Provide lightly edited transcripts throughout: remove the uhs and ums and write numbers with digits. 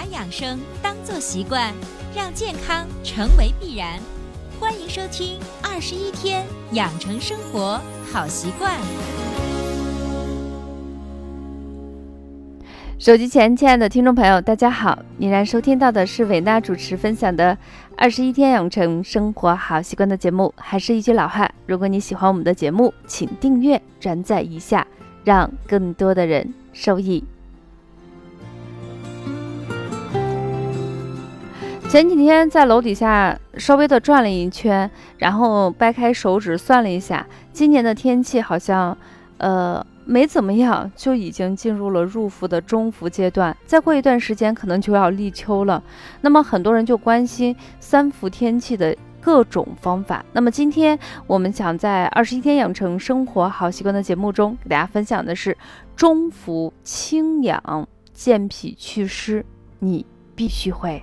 养生当作习惯，让健康成为必然。欢迎收听21天养成生活好习惯。 手机前亲爱的听众朋友大家好，依然收听到的是伟娜主持分享的21天养成生活好习惯的节目。还是一句老话，如果你喜欢我们的节目，请订阅转载一下，让更多的人受益。前几天在楼底下稍微的转了一圈，然后掰开手指算了一下，今年的天气好像没怎么样，就已经进入了入伏的中伏阶段，再过一段时间可能就要立秋了。那么很多人就关心三伏天气的各种方法。那么今天我们想在21天养成生活好习惯的节目中给大家分享的是中伏清养健脾祛湿，你必须会。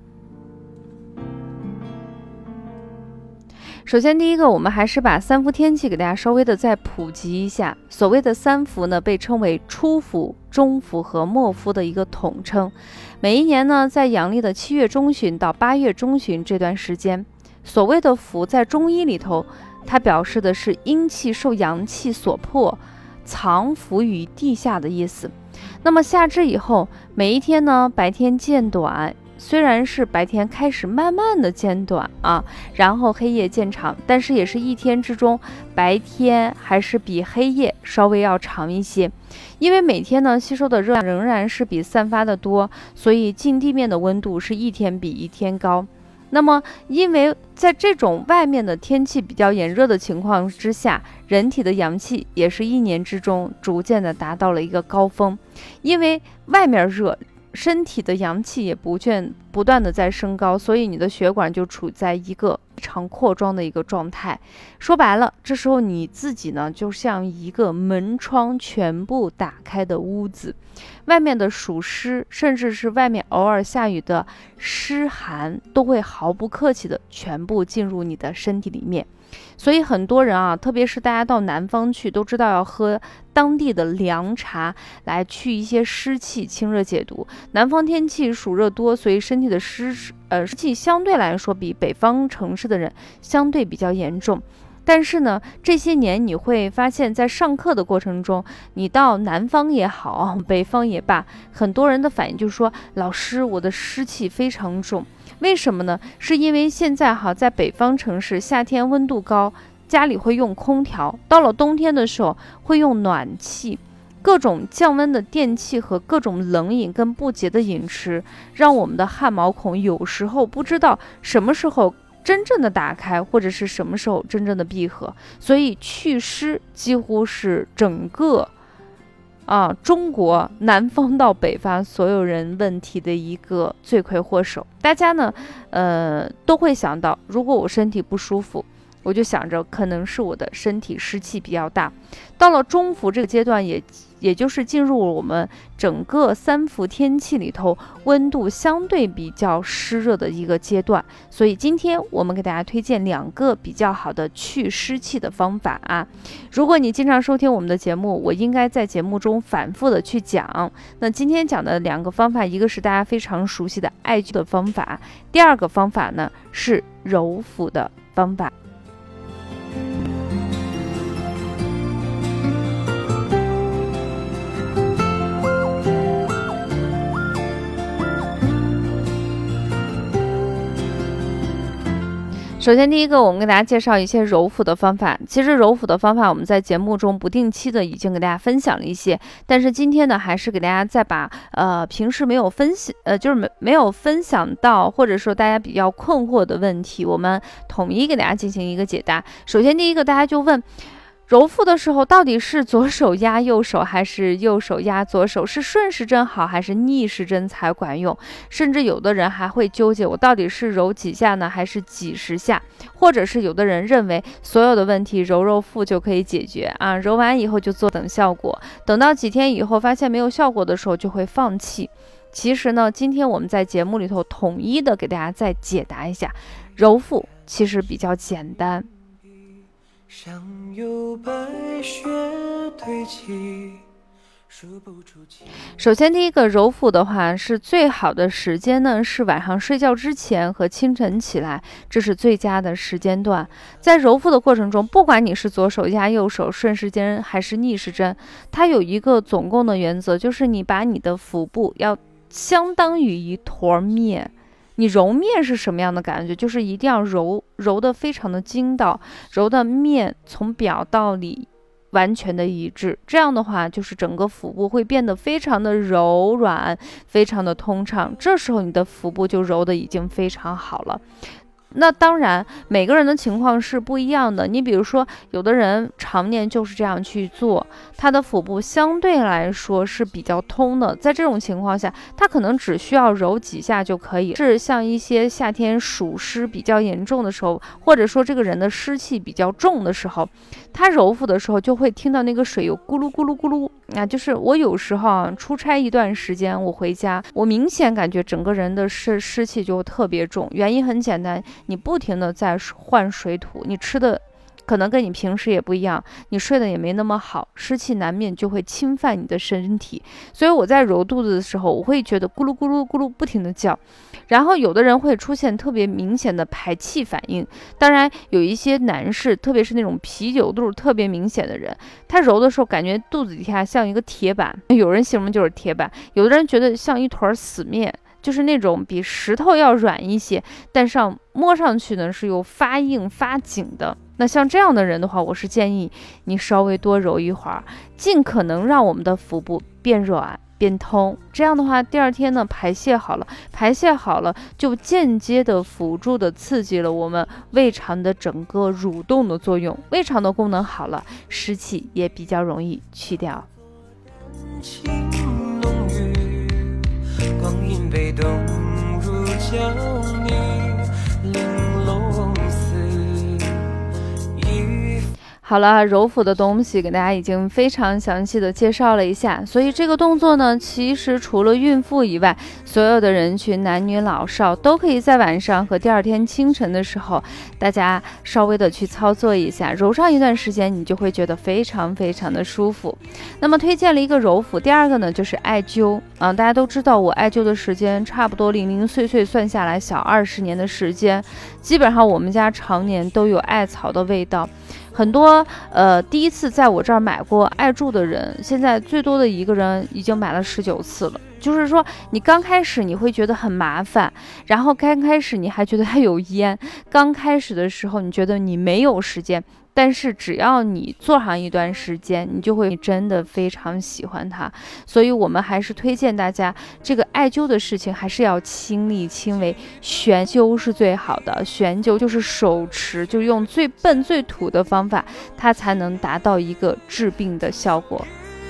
首先第一个，我们还是把三伏天气给大家稍微的再普及一下。所谓的三伏呢，被称为初伏、中伏和末伏的一个统称。每一年呢，在阳历的7月中旬到8月中旬这段时间，所谓的伏在中医里头，它表示的是阴气受阳气所迫，藏伏于地下的意思。那么夏至以后，每一天呢，白天渐短，虽然是白天开始慢慢的渐短啊，然后黑夜渐长，但是也是一天之中，白天还是比黑夜稍微要长一些。因为每天呢吸收的热量仍然是比散发的多，所以近地面的温度是一天比一天高。那么因为在这种外面的天气比较炎热的情况之下，人体的阳气也是一年之中逐渐的达到了一个高峰。因为外面热，身体的阳气也不断的在升高，所以你的血管就处在一个非常扩张的一个状态。说白了，这时候你自己呢，就像一个门窗全部打开的屋子，外面的暑湿，甚至是外面偶尔下雨的湿寒，都会毫不客气的全部进入你的身体里面。所以很多人啊，特别是大家到南方去，都知道要喝当地的凉茶来去一些湿气，清热解毒。南方天气暑热多，所以身体的湿气相对来说比北方城市的人相对比较严重。但是呢，这些年你会发现在上课的过程中，你到南方也好，北方也罢，很多人的反应就是说，老师，我的湿气非常重。为什么呢？是因为现在在北方城市夏天温度高，家里会用空调，到了冬天的时候会用暖气，各种降温的电器和各种冷饮跟不洁的饮食，让我们的汗毛孔有时候不知道什么时候真正的打开，或者是什么时候真正的闭合。所以祛湿几乎是整个中国南方到北方所有人问题的一个罪魁祸首。大家呢都会想到，如果我身体不舒服，我就想着可能是我的身体湿气比较大。到了中伏这个阶段，也就是进入我们整个三伏天气里头温度相对比较湿热的一个阶段。所以今天我们给大家推荐2个比较好的去湿气的方法啊。如果你经常收听我们的节目，我应该在节目中反复的去讲。那今天讲的2个方法，一个是大家非常熟悉的艾灸的方法，第2个方法呢是揉腹的方法。首先第一个，我们给大家介绍一些揉腹的方法。其实揉腹的方法我们在节目中不定期的已经给大家分享了一些，但是今天呢还是给大家再把平时没有就是没有分享到，或者说大家比较困惑的问题，我们统一给大家进行一个解答。首先第一个，大家就问，揉腹的时候到底是左手压右手还是右手压左手？是顺时针好还是逆时针才管用？甚至有的人还会纠结，我到底是揉几下呢还是几十下？或者是有的人认为所有的问题揉腹就可以解决啊，揉完以后就坐等效果，等到几天以后发现没有效果的时候就会放弃。其实呢，今天我们在节目里头统一的给大家再解答一下，揉腹其实比较简单。 上有白雪堆积， 首先第一个揉腹的话，是最好的时间呢是晚上睡觉之前和清晨起来，这是最佳的时间段。在揉腹的过程中，不管你是左手压右手顺时针还是逆时针，它有一个总共的原则，就是你把你的腹部要相当于一坨面。你揉面是什么样的感觉？就是一定要揉得非常的筋道，揉的面从表到里完全的一致，这样的话就是整个腹部会变得非常的柔软，非常的通畅，这时候你的腹部就揉得已经非常好了。那当然每个人的情况是不一样的，你比如说有的人常年就是这样去做，他的腹部相对来说是比较通的，在这种情况下他可能只需要揉几下就可以。是像一些夏天暑湿比较严重的时候，或者说这个人的湿气比较重的时候，他揉腹的时候就会听到那个水有咕噜咕噜咕噜。就是我有时候出差一段时间，我回家，我明显感觉整个人的湿气就特别重，原因很简单，你不停的在换水土，你吃的可能跟你平时也不一样，你睡得也没那么好，湿气难免就会侵犯你的身体。所以我在揉肚子的时候，我会觉得咕噜咕噜咕噜不停的叫，然后有的人会出现特别明显的排气反应。当然有一些男士，特别是那种啤酒肚特别明显的人，他揉的时候感觉肚子底下像一个铁板，有人形容就是铁板，有的人觉得像一坨死面，就是那种比石头要软一些，但上摸上去呢是又发硬发紧的。那像这样的人的话，我是建议你稍微多揉一会儿，尽可能让我们的腹部变软变通，这样的话第二天呢排泄好了就间接的辅助的刺激了我们胃肠的整个蠕动的作用，胃肠的功能好了，湿气也比较容易去掉。光阴被冻入江泥，玲珑似好了，揉腹的东西给大家已经非常详细的介绍了一下，所以这个动作呢，其实除了孕妇以外，所有的人群男女老少都可以在晚上和第二天清晨的时候，大家稍微的去操作一下，揉上一段时间，你就会觉得非常非常的舒服。那么推荐了一个揉腹，第二个呢就是艾灸大家都知道我艾灸的时间差不多零零碎碎算下来小20年的时间，基本上我们家常年都有艾草的味道。很多第一次在我这儿买过艾柱的人，现在最多的一个人已经买了19次了。就是说你刚开始你会觉得很麻烦，然后刚开始你还觉得它有烟，刚开始的时候你觉得你没有时间，但是只要你做上一段时间，你就会真的非常喜欢它。所以我们还是推荐大家，这个艾灸的事情还是要亲力亲为，悬灸是最好的。悬灸就是手持，就用最笨最土的方法，它才能达到一个治病的效果。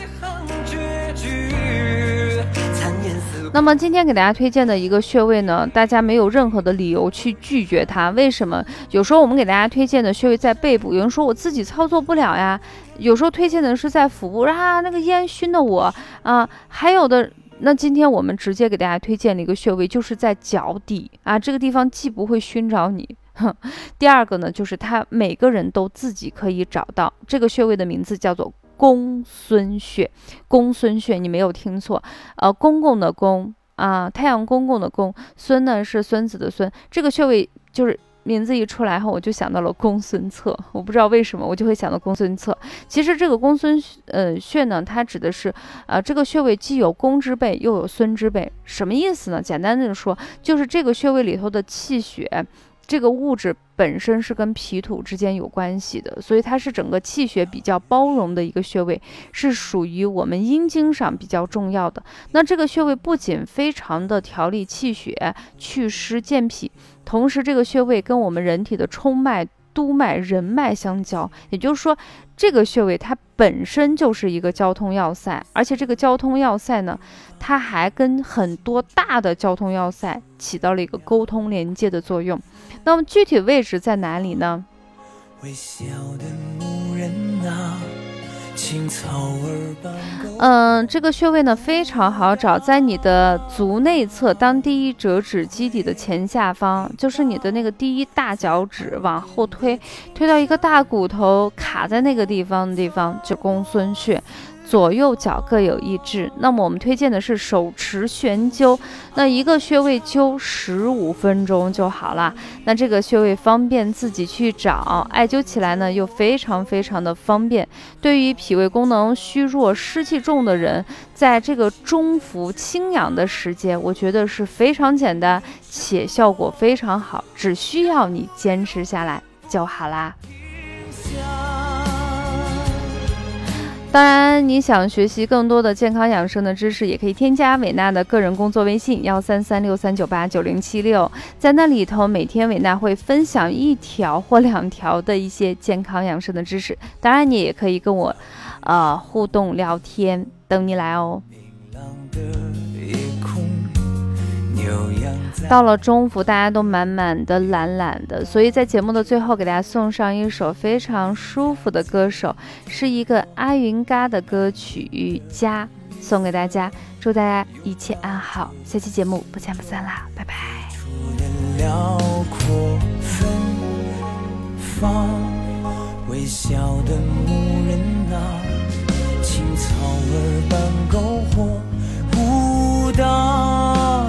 那么今天给大家推荐的一个穴位呢，大家没有任何的理由去拒绝它。为什么？有时候我们给大家推荐的穴位在背部，有人说我自己操作不了呀。有时候推荐的是在腹部那个烟熏的我还有的。那今天我们直接给大家推荐了一个穴位，就是在脚底这个地方既不会熏着你。第二个呢，就是它每个人都自己可以找到这个穴位的名字叫做公孙穴。公孙穴你没有听错，公共的公太阳公公的公，孙呢是孙子的孙。这个穴位就是名字一出来后，我就想到了公孙策，我不知道为什么我就会想到公孙策。其实这个公孙穴呢，它指的是这个穴位既有公之辈又有孙之辈。什么意思呢？简单的说，就是这个穴位里头的气血这个物质本身是跟脾土之间有关系的，所以它是整个气血比较包容的一个穴位，是属于我们阴经上比较重要的。那这个穴位不仅非常的调理气血、祛湿健脾，同时这个穴位跟我们人体的冲脉、督脉、任脉相交，也就是说这个穴位它本身就是一个交通要塞，而且这个交通要塞呢，它还跟很多大的交通要塞起到了一个沟通连接的作用。那么具体位置在哪里呢？微笑的牧人青草儿这个穴位呢非常好找，在你的足内侧，当第一折指基底的前下方，就是你的那个第一大脚趾往后推到一个大骨头卡在那个地方就公孙穴。 左右脚各有一痣。那么我们推荐的是手持悬灸，那一个穴位灸15分钟就好了。那这个穴位方便自己去找，艾灸起来呢又非常非常的方便。对于脾胃功能虚弱、湿气重的人，在这个中伏清养的时节，我觉得是非常简单且效果非常好，只需要你坚持下来就好啦。当然，你想学习更多的健康养生的知识，也可以添加伟娜的个人工作微信13363989076，在那里头每天伟娜会分享1条或2条的一些健康养生的知识。当然，你也可以跟我互动聊天，等你来哦。到了中伏，大家都满满的懒懒的，所以在节目的最后给大家送上一首非常舒服的歌手，是一个阿云嘎的歌曲《家》，送给大家，祝大家一切安好，下期节目不见不散啦，拜拜。 辽阔芬芳，微笑的牧人啊，青草儿伴篝火舞蹈，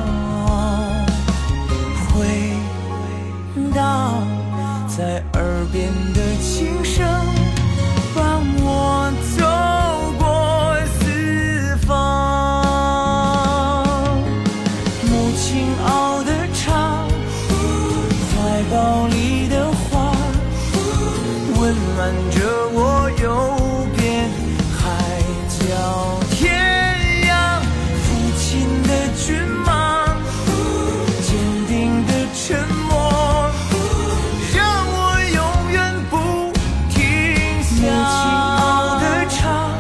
回到在耳边的琴声，伴我走过四方。母亲熬的茶，怀抱里的花，温暖着我游遍海角天涯。父亲的骏马，坚定的沉默，让我永远不停下。母亲熬的茶，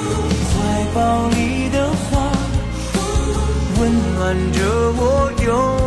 怀抱里的花，温暖着我游